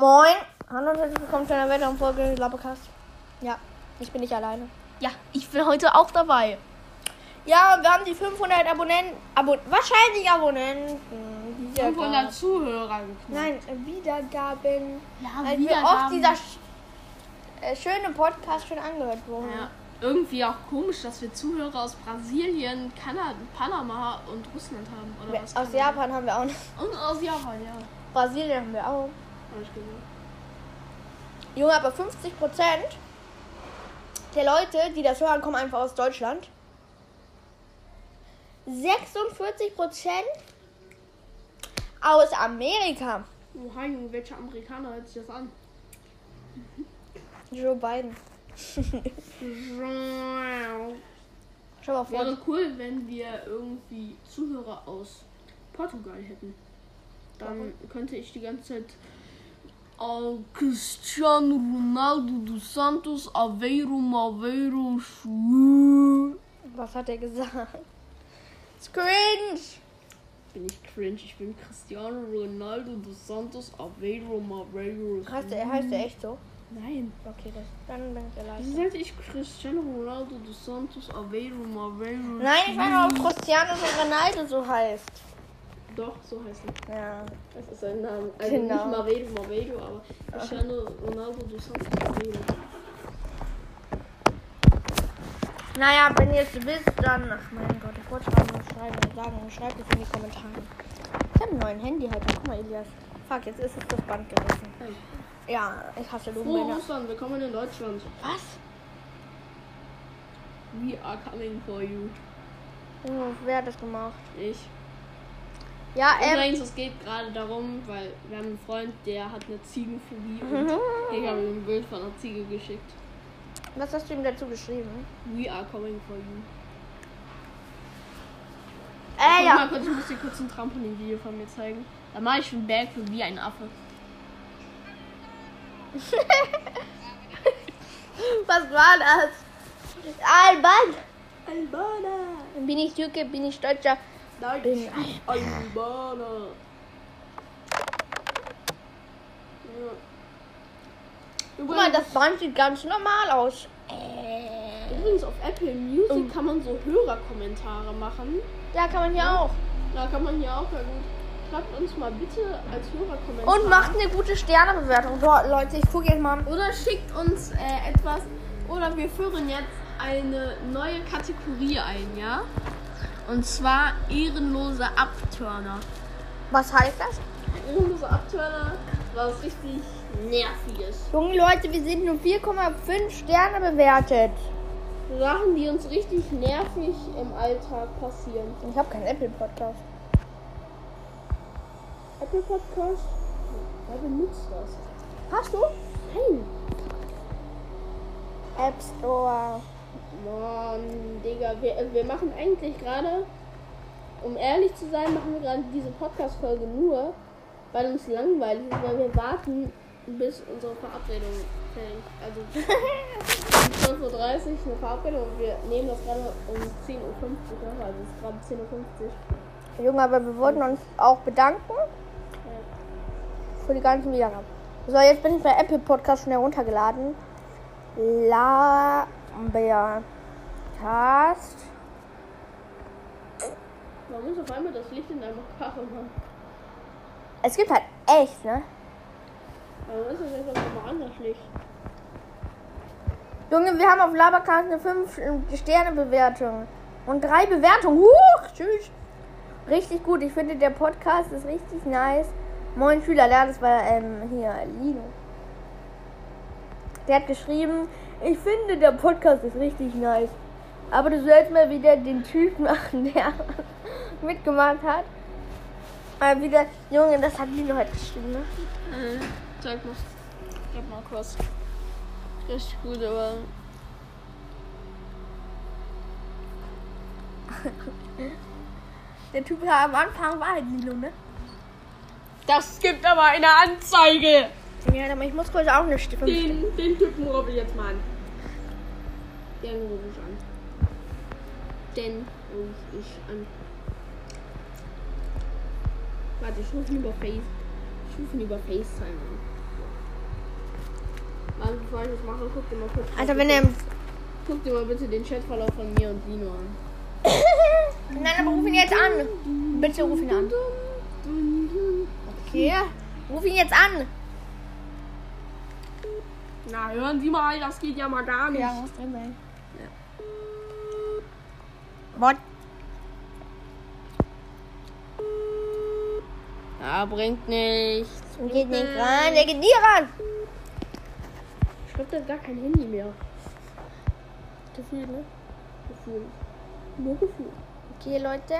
Moin. Hallo und herzlich willkommen zu einer weiteren Folge Labercast. Ja, ich bin nicht alleine. Ja, ich bin heute auch dabei. Ja, wir haben die 500 wahrscheinlich Abonnenten. 500 Zuhörer. Nein, Wiedergaben. Ja, Weil wir oft dieser schöne Podcast schon angehört wurden. Ja, irgendwie auch komisch, dass wir Zuhörer aus Brasilien, Kanada, Panama und Russland haben. Oder was? Aus Japan haben wir auch noch. Und aus Japan, ja. Brasilien haben wir auch. Hab ich gesehen. Junge, aber 50% der Leute, die das hören, kommen einfach aus Deutschland. 46% aus Amerika. Oh, hi, welcher Amerikaner hört sich das an? Joe Biden. Schau mal vor. Wäre cool, wenn wir irgendwie Zuhörer aus Portugal hätten. Dann könnte ich die ganze Zeit Cristiano Ronaldo dos Santos Aveiro. Was hat er gesagt? It's cringe. Bin ich cringe, ich bin Cristiano Ronaldo dos Santos Aveiro. Heißt der echt so? Nein. Okay, dann bin ich Wie erleichtert. sollte ich Cristiano Ronaldo dos Santos Aveiro? Nein, ich weiß nicht, ob Cristiano Ronaldo so heißt. Doch, so heißt er. Ja. Das ist sein Name. Also Genau. nicht Mavedo, aber Cristiano Ronaldo dos Santos Aveiro. Naja, wenn ihr es wisst, dann... Ach mein Gott, ich wollte schreibt es in die Kommentare. Ich habe einen neuen Handyhalter. Guck mal, Elias. Fuck, jetzt ist es das Band gerissen. Hey. Ja, ich hasse Frohe Luftbilder. Ostern, willkommen in Deutschland. Was? We are coming for you. Junge, wer hat das gemacht? Ich. Ja, Übrigens, es geht gerade darum, weil wir haben einen Freund, der hat eine Ziegenphobie und ich habe ihm ein Bild von einer Ziege geschickt. Was hast du ihm dazu geschrieben? We are coming for you. Ja. Mal kurz, ich muss dir kurz ein Trampolin-Video von mir zeigen. Da mache ich einen Berg wie ein Affe. Was war das? Alban! Albaner! Bin ich Türke, bin ich Deutscher? Nein, Bin ich bin Albaner. Ja. Guck mal, das Band sieht ganz normal aus. Übrigens auf Apple Music kann man so Hörerkommentare machen. Ja, kann man hier auch. Da kann man hier auch, ja gut. Schreibt uns mal bitte als Hörerkommentar. Und macht eine gute Sternebewertung. So, Leute, ich gucke jetzt mal. Oder schickt uns etwas. Oder wir führen jetzt eine neue Kategorie ein, ja? Und zwar ehrenlose Abturner. Was heißt das? Ehrenlose Abturner, was richtig Nerviges. Junge Leute, wir sind nur 4,5 Sterne bewertet. Sachen, die uns richtig nervig im Alltag passieren. Ich habe keinen Apple-Podcast. Apple Podcast? Wer benutzt das? Hast du? Nein. App Store. Mann, Digga, wir machen eigentlich gerade, um ehrlich zu sein, machen wir gerade diese Podcast-Folge nur, weil uns langweilig ist, weil wir warten, bis unsere Verabredung fertig. Also um 12:30 Uhr eine Verabredung und wir nehmen das gerade um 10:50 Uhr auf, also es ist gerade 10:50 Uhr. Junge, aber wir wollten uns auch bedanken für die ganzen Wiedergaben. So, jetzt bin ich bei Apple Podcast schon heruntergeladen. Labercast. Warum ist auf einmal das Licht in deinem Kaffee, Mann? Es gibt halt echt, ne? Warum ist das jetzt auf einmal anders Licht? Junge, wir haben auf Labercast eine 5-Sterne-Bewertung. Und 3 Bewertungen. Huch, tschüss. Richtig gut. Ich finde, der Podcast ist richtig nice. Moin Schüler, das war hier Lino. Der hat geschrieben, ich finde, der Podcast ist richtig nice. Aber du sollst mal wieder den Typ machen, der mitgemacht hat. Wieder, Junge, das hat Lino halt geschrieben, ne? Zeig mal. Gib mal kurz. Richtig gut, aber... Der Typ am Anfang war halt Lino, ne? Das gibt aber eine Anzeige! Ja, aber ich muss kurz auch eine Stimme. Den Typen rufe ich jetzt mal an. Den rufe ich an. Den rufe ich an. Warte, ich rufe ihn über FaceTime an. Also bevor ich das mache, guck dir mal kurz. Also wenn er... Guck dir mal bitte den Chatverlauf von mir und Dino an. Nein, aber ruf ihn jetzt an. Bitte ruf ihn an. Okay, ruf ihn jetzt an. Na, hören Sie mal, das geht ja mal gar nicht. Ja. What? Ja, bringt nichts. Geht nicht ran, der geht nie ran. Ich glaube, der hat gar kein Handy mehr. Gefühl, ne? Gefühl. Nur Gefühl. Okay, Leute.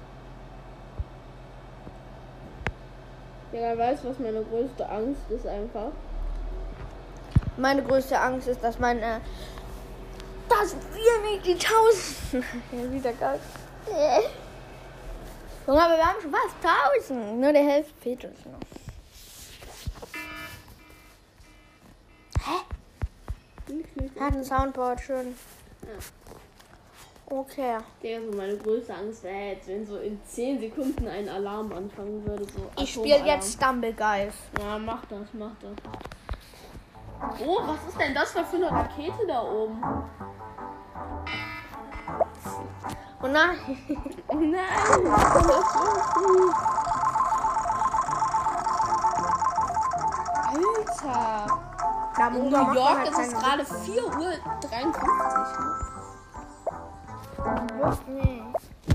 Ja, er weiß, was meine größte Angst ist einfach. Meine größte Angst ist, dass dass wir nicht die 1000... Ja, wieder geil. Junge, aber wir haben schon fast 1000. Nur der Hälfte fehlt uns noch. Hä? Hat ein Soundboard, schön. Ja. Okay. Ja, so meine größte Angst wäre jetzt, wenn so in 10 Sekunden ein Alarm anfangen würde. So Ich spiele jetzt Stumble Guys. Ja, mach das. Oh, was ist denn das für eine Rakete da oben? Oh nein. Oh nein! Alter! In New York ist es gerade 4:53 Uhr. Nee.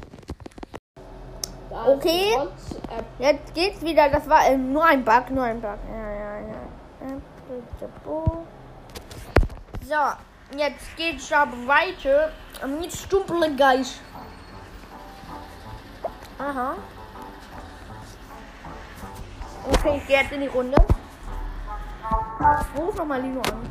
Okay. Jetzt geht's wieder. Das war nur ein Bug. Ja. So, jetzt geht's aber weiter mit Stumble Guys. Aha. Okay, ich gehe jetzt in die Runde. Ruf nochmal Lino an.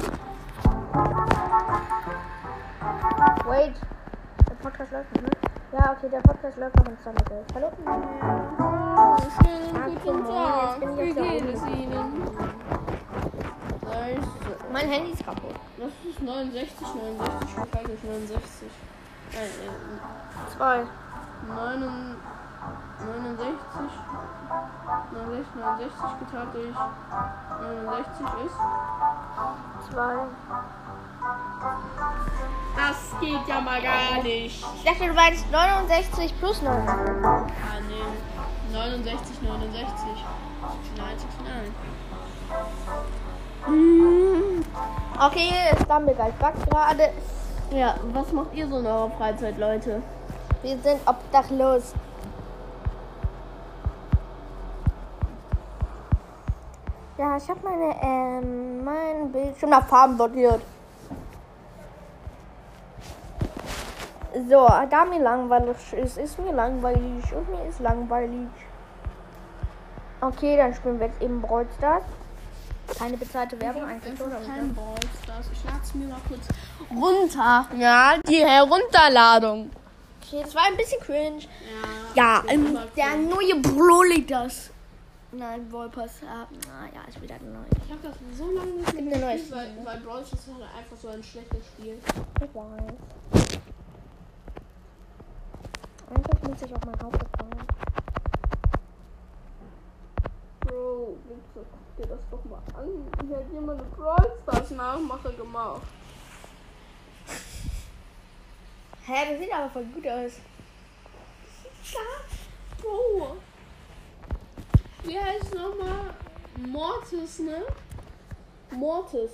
Wait. Der Podcast läuft noch, ne? Ja, okay, der Podcast läuft noch in Stumble. Hallo? Schönen guten Tag. Wie geht es Ihnen? Mein Handy ist kaputt. Das ist 69, wie falsch ist 69? Nein, 2. 69 geteilt durch 69 ist 2. Das geht ja mal gar nicht. Ich dachte, du meinst 69 plus 9. Ah, nee. 69. 69. Okay, Stumble Guys backt gerade. Ja, was macht ihr so in eurer Freizeit, Leute? Wir sind obdachlos. Ja, ich habe mein Bildschirm nach Farben sortiert. So, da mir langweilig ist mir langweilig und mir ist langweilig. Okay, dann spielen wir jetzt eben Brawl Stars. Keine bezahlte Werbung eigentlich, oder? Kein Brawl Stars. Ich lade es mir mal kurz runter. Ja, die Herunterladung. Okay, das war ein bisschen cringe. Ja, der neue Broly das. Nein, Wolpers. Ja, ist wieder neu. Ich habe das so lange nicht Gibt mehr eine neue gespielt, weil Brawl Stars ist halt einfach so ein schlechtes Spiel. Ich weiß. Eigentlich muss ich auch mein Hauptaccount. Bro, bitte guck dir das doch mal an. Hier hat jemand eine Brawl Stars Nachmache gemacht. Hä, das sieht aber voll gut aus. Ja, Bro. Wie heißt nochmal? Mortis, ne? Mortis.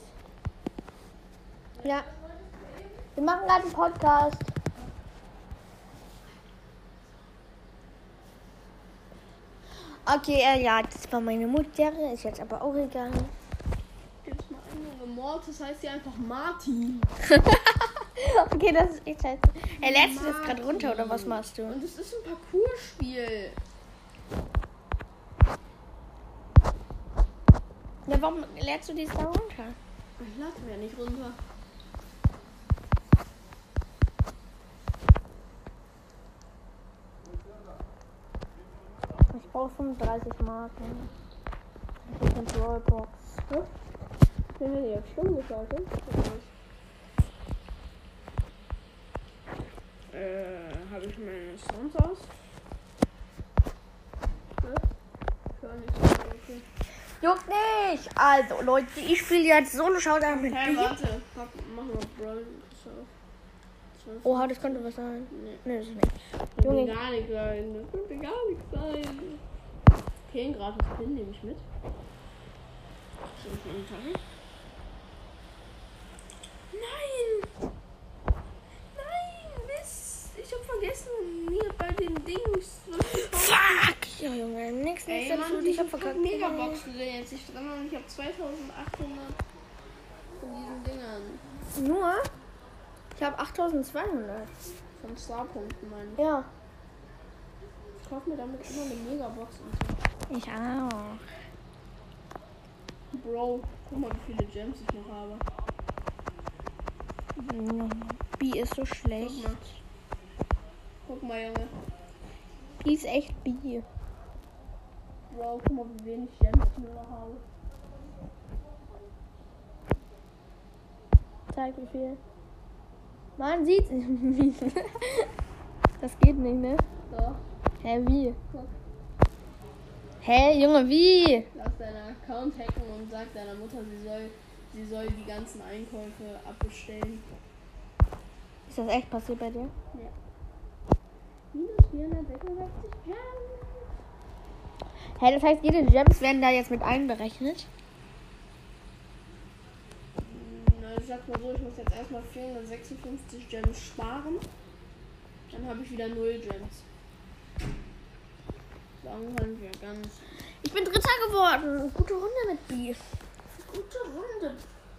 Ja. Wir machen gerade einen Podcast. Okay, ja, das war meine Mutter. Ist jetzt aber auch egal. Gibt's mal andere Mortis, heißt sie einfach Martin. Okay, das ist echt scheiße. Lädst du das gerade runter oder was machst du? Und es ist ein Parcours-Spiel. Ja, warum lädst du das da runter? Ich lade mir nicht runter. Ich brauche 35 Marken. Ich habe eine Brawlbox. Ich hätte jetzt stumm geschaltet. Habe ich meine Sounds aus? Ich höre nicht so, okay. Juckt nicht. Also, Leute, ich spiele jetzt Solo-Showdown mit Hey, dir. warte. Mach mal Brawl. Oha, das könnte was sein. Nee. Nee, das ist nicht. Das Junge. könnte gar nicht sein. Das könnte gar nicht sein. Okay, ein gratis Pin nehme ich mit. Soll ich mal in die Tasche? Nein! Nein! Mist! Ich hab vergessen, mir bei den Dings. Fuck! Ja, Junge, nix Ey, dazu. Mann, Ich diese hab verkackt. Megaboxen sind jetzt nicht drin und ich hab 2800 von diesen Dingern. Nur? Ich habe 8200. Von Starpunkten, meine ich. Ja. Ich kaufe mir damit immer eine Megabox und Ich auch. so. Bro, guck mal, wie viele Gems ich noch habe. B ist so Guck schlecht. mal. Guck mal, Junge. B ist echt B. Bro, guck mal, wie wenig Gems ich nur noch habe. Zeig wie viel. Man sieht's nicht. Das geht nicht, ne? So, Hä, wie? guck. Hä, Junge, wie? Lass deinen Account hacken und sag deiner Mutter, sie soll die ganzen Einkäufe abbestellen. Ist das echt passiert bei dir? Minus 466 Gems. Hä, das heißt, jede Gems werden da jetzt mit einberechnet? Na, ich sag mal so, ich muss jetzt erstmal 456 Gems sparen. Dann habe ich wieder 0 Gems. Dann können wir ganz. Ich bin Dritter geworden. Gute Runde mit B. Gute Runde.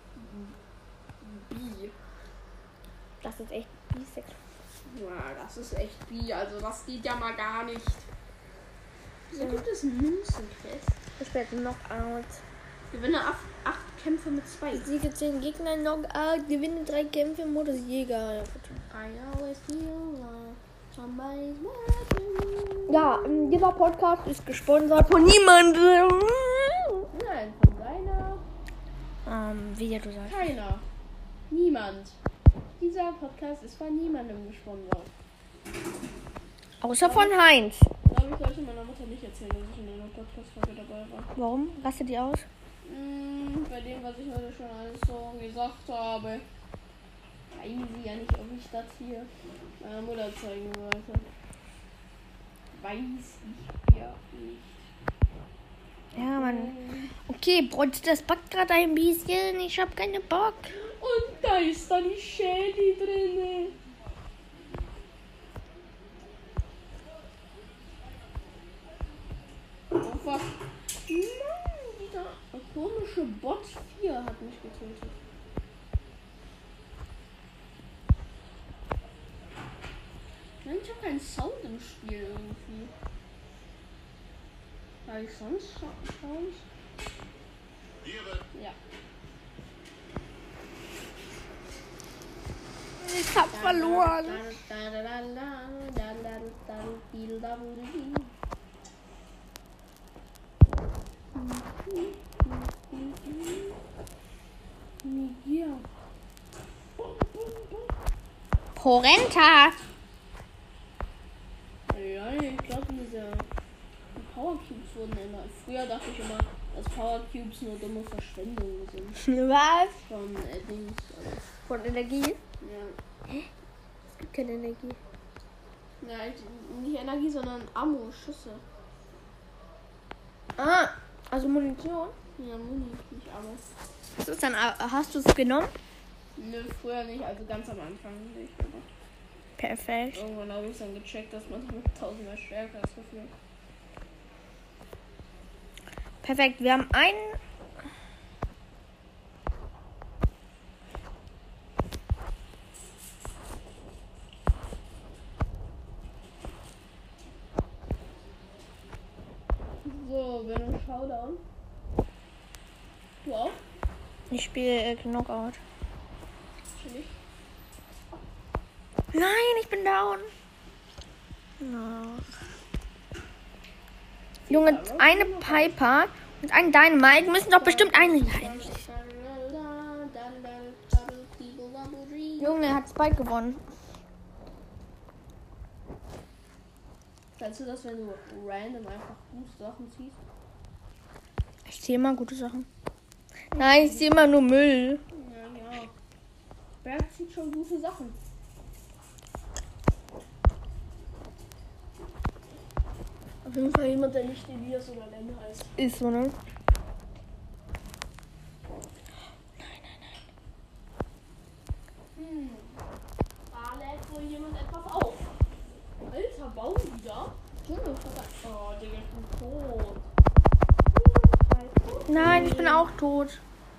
B. Das ist echt B6. Ja, das ist echt B. Also das geht ja mal gar nicht. Wieso gibt es Münzenquest? Ich werde Knockout. Gewinne 8 Kämpfe mit 2. Siege 10 Gegner, Knockout, gewinne 3 Kämpfe im Modus Jäger. Ja, gut. I always feel like somebody's watching. Ja, dieser Podcast ist gesponsert von niemandem. Nein, von deiner. Wie du sagst. Keiner. Niemand. Dieser Podcast ist von niemandem gesponsert. Außer von Heinz. Ich glaube, ich sollte meiner Mutter nicht erzählen, dass ich in einer Podcast-Folge dabei war. Warum? Rastet die aus? Bei dem, was ich heute schon alles so gesagt habe. Weiß sie ja nicht, ob ich das hier meiner Mutter zeigen wollte. Weiß ich ja nicht. Ja, Mann. Okay, Brot, das backt gerade ein bisschen. Ich hab keine Bock. Und da ist dann die Shelly drinne. Oh fuck. Nein, dieser komische Bot 4 hat mich getötet. Nein, ich habe keinen Sound im Spiel irgendwie. Habe ich sonst Sounds? Ja. Ich hab verloren. Ja. Horrenta. Ja, ich glaube, diese Power Cubes wurden immer. Früher dachte ich immer, dass Power Cubes nur dumme Verschwendungen sind. Was? Von Dings. Also, Von Energie? ja. Es gibt keine Energie. Ja, nicht Energie, sondern Ammo, Schüsse. Ah, also Munition. Ja, Muni, nicht Ammo. Was ist dann? Hast du es genommen? Nö, früher nicht, also ganz am Anfang nicht. Aber Perfekt. irgendwann habe ich dann gecheckt, dass man damit 1000-mal stärker ist dafür. Perfekt. Wir haben einen. So, wenn du Showdown. Du auch? Ich spiele Knockout. Chillig. Nein, ich bin down. No. Junge, eine Piper und ein Dynamite müssen doch bestimmt einen sein. Junge, er hat Spike gewonnen. Kennst du das, wenn du random einfach gut Sachen ziehst? Ich ziehe immer gute Sachen. Nein, ich ziehe immer nur Müll. Ja. Wer zieht schon gute Sachen? Auf jeden Fall jemand, der nicht Elias oder Len heißt. Ist so, ne? Da lädt wohl jemand etwas auf. Alter, Baum wieder? Oh, Digga, ich bin tot. Nein, ich bin auch tot.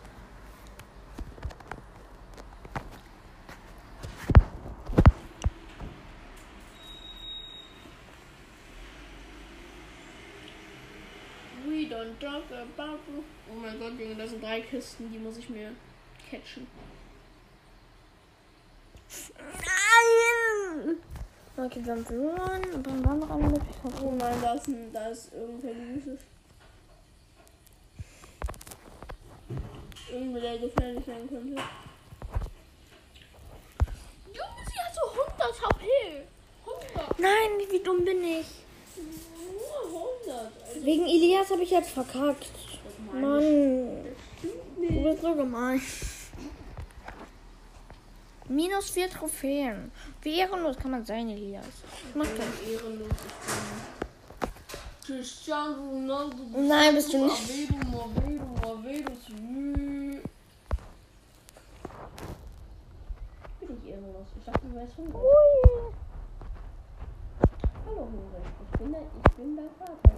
We don't talk about you. Oh mein Gott, Junge, das sind 3 Kisten, die muss ich mir catchen. Nein! Okay, wir haben verloren. Und dann war noch eine Möglichkeit. Oh nein, da ist irgendwer Gutes. Irgendwer, der gefährlich sein könnte. Junge, sie hat so 100 HP. 100. Nein, wie dumm bin ich? Nur 100. Also, Wegen Elias habe ich jetzt verkackt. Mann, du bist so gemein. Minus 4 Trophäen. Wie ehrenlos kann man sein, Elias? Ich mach das. Ehrenlos. Cristiano Ronaldo. Nein, bist du nicht. Marvedo. Bin ich ehrenlos? Ich dachte, du wärst hungrig. Hallo, hungrig. Ich bin dein Vater.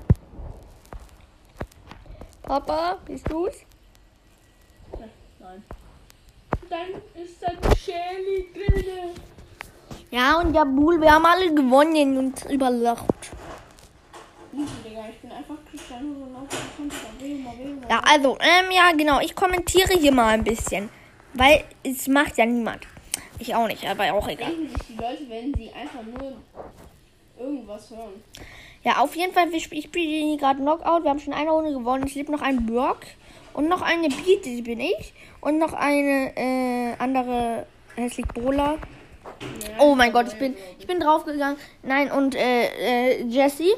Papa, bist du's? Ja, nein. Dann ist da die Shelly drin. Ja, und der Bull, wir haben alle gewonnen und überlacht. Digga, ich bin einfach Cristiano Ronaldo. Marvedo. Ja, also, ja, genau. Ich kommentiere hier mal ein bisschen. Weil es macht ja niemand. Ich auch nicht, aber auch egal. Denken sich die Leute, wenn sie einfach nur irgendwas hören. Ja, auf jeden Fall, ich spiele hier gerade Knockout. Wir haben schon eine Runde gewonnen. Ich lebe noch einen Burg. Und noch eine Beat, die bin ich. Und noch eine andere hässlich Brawler. Ja, Oh mein Gott, ich bin draufgegangen. Nein, und Jessie.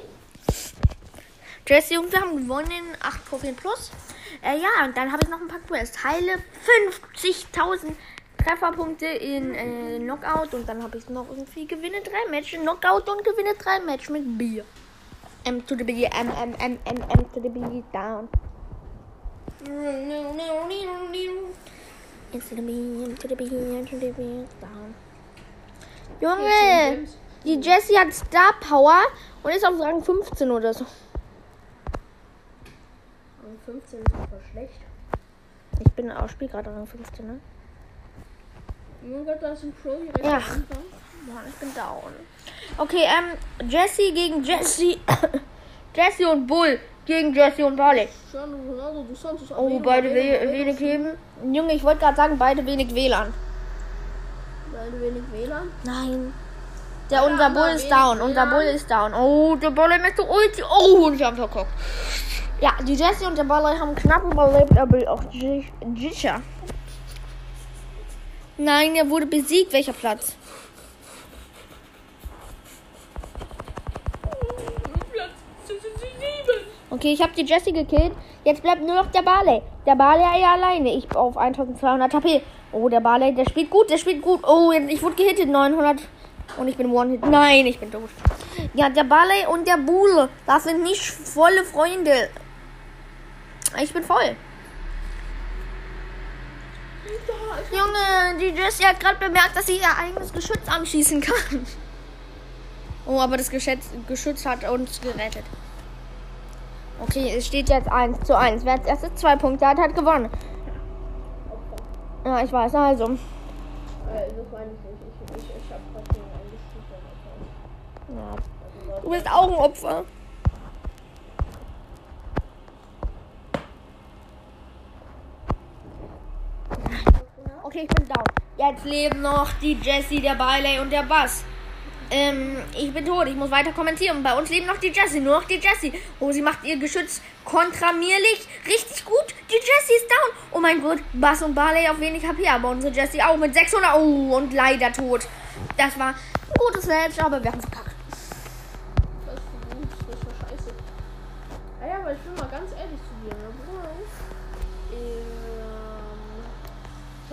Und wir haben gewonnen. 8 Trophäen plus. Ja, und dann habe ich noch ein paar Quests. Heile 50.000 Trefferpunkte in Knockout. Und dann habe ich noch irgendwie gewinne 3 Matches in Knockout und gewinne 3 Matches mit Bier. M to the B, M to the B, down. M to the B, M to the B, M to the B, down. Junge, die Jessie hat Star Power und ist auf Rang 15 oder so. Rang 15 ist aber schlecht. Ich bin auch Spiel gerade Rang 15, ne? Oh mein Gott, da ist ein Pro direkt Ja. am Anfang. Mann, ich bin down. Okay, Jessie gegen Jessie. Jessie und Bull gegen Jessie und Barley. Cristiano Ronaldo, du Santos. Oh, beide wenig heben. Junge, ich wollte gerade sagen, beide wenig WLAN. Beide wenig WLAN. Nein. Unser Bull ist down. Unser Bull ist down. Oh, der Barley möchte Ulti. Oh, und ich habe verkackt. Ja, die Jessie und der Barley haben knapp überlebt, aber auch sicher. Nein, er wurde besiegt. Welcher Platz? Okay, ich habe die Jessie gekillt. Jetzt bleibt nur noch der Barley. Der Barley alleine. Ich auf 1200 HP. Oh, der Barley, der spielt gut. Oh, ich wurde gehittet. 900. Und ich bin One-Hit. Nein, ich bin tot. Ja, der Barley und der Bull. Das sind nicht volle Freunde. Ich bin voll. Junge, die Jessie hat gerade bemerkt, dass sie ihr eigenes Geschütz anschießen kann. Oh, aber das Geschütz hat uns gerettet. Okay, es steht jetzt 1:1. Wer als erstes 2 Punkte hat, hat gewonnen. Ja, ich weiß, also. Das meine ich nicht. Ich hab gerade den eingeschüchtert. Ja. Du bist auch ein Opfer. Okay, ich bin down. Jetzt leben noch die Jessie, der Barley und der Bass. Ich bin tot, ich muss weiter kommentieren. Bei uns leben noch die Jessie, nur noch die Jessie. Oh, sie macht ihr Geschütz kontra Mirlicht. Richtig gut, die Jessie ist down. Oh mein Gott, Bass und Barley auf wenig HP, aber unsere Jessie auch mit 600. Oh, und leider tot. Das war ein gutes Match, aber wir haben verkackt. Das ist gut, das war scheiße. Ja, aber ich bin mal ganz ehrlich zu dir, ne, Bruder.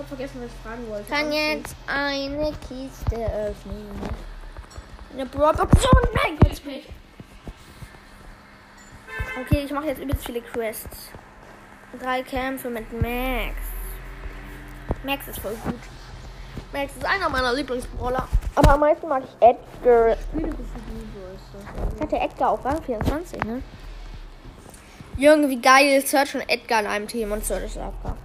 habe vergessen, was ich fragen wollte. Kann jetzt eine Kiste öffnen. Eine Brawl-Option. Nein, jetzt nicht. Okay, ich mache jetzt übelst viele Quests. 3 Kämpfe mit Max. Max ist voll gut. Max ist einer meiner Lieblingsbrawler. Aber am meisten mag ich Edgar. Ich hatte Edgar auf Rang 24, ne? Junge, wie geil ist Search und Edgar in einem Team und Search ist Edgar.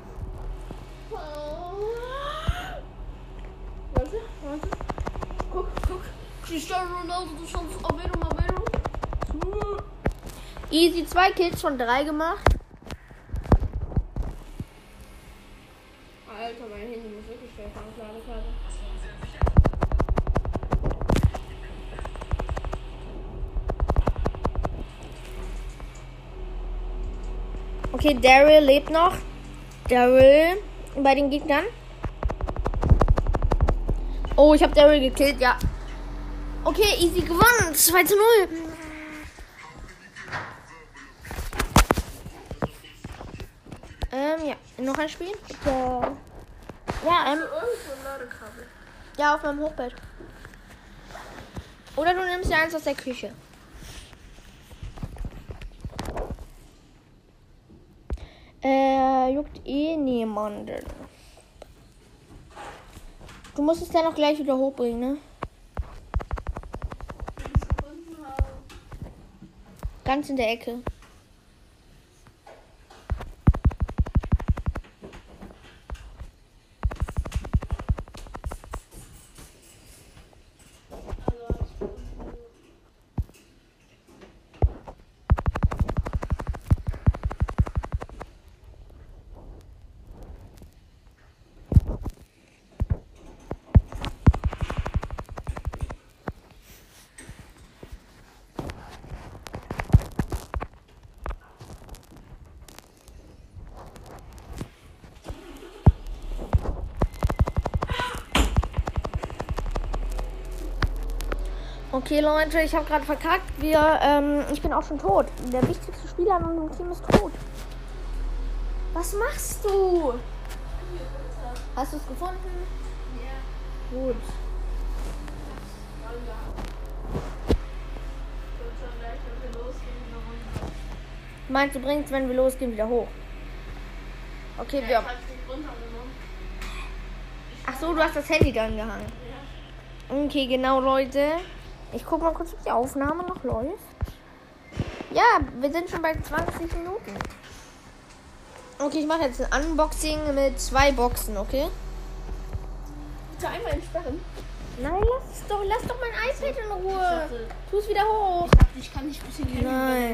Warte. Guck. Cristiano Ronaldo, du schaust Avedo. Easy, 2 Kills von 3 gemacht. Alter, mein Handy muss wirklich schwer auf Ladekarte. Okay, Daryl lebt noch. Daryl bei den Gegnern. Oh, ich habe Daryl gekillt, ja. Okay, easy gewonnen. 2:0. Ja. Noch ein Spiel? Bitte. Ja, ja, auf meinem Hochbett. Oder du nimmst ja eins aus der Küche. Juckt eh niemanden. Du musst es ja noch gleich wieder hochbringen, ne? Ganz in der Ecke. Okay, Leute, ich habe gerade verkackt. Ich bin auch schon tot. Der wichtigste Spieler in unserem Team ist tot. Was machst du? Hast du es gefunden? Ja. Gut. Meinst du, bringst, wenn wir losgehen, wieder hoch? Okay, wir. Ach so, du hast das Handy dann gehangen. Okay, genau, Leute. Ich guck mal kurz, ob die Aufnahme noch läuft. Ja, wir sind schon bei 20 Minuten. Okay, ich mache jetzt ein Unboxing mit 2 Boxen, okay? Bitte einmal entsperren. Nein, lass doch mein iPad in Ruhe. Tu es wieder hoch. Ich kann nicht bis in Nein.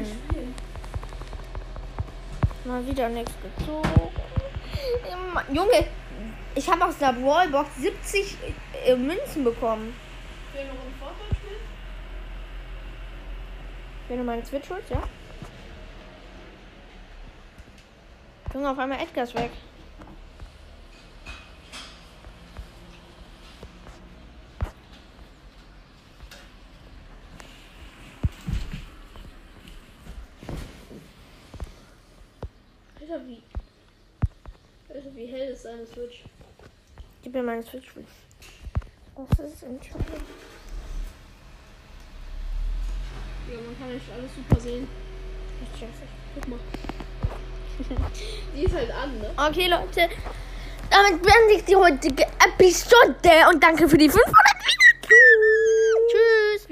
Mal wieder nichts gezogen. Junge, ich habe aus der Brawlbox 70 Münzen bekommen. Wenn du meinen Switch holst, ja. Junge, auf einmal Edgar ist weg. Alter, wie hell ist deine Switch? Gib mir meine Switch. Das ist entschuldigt. Ja, man kann nicht alles super sehen. Ich check's nicht. Guck mal. Die ist halt an, ne? Okay, Leute. Damit beende ich die heutige Episode und danke für die 500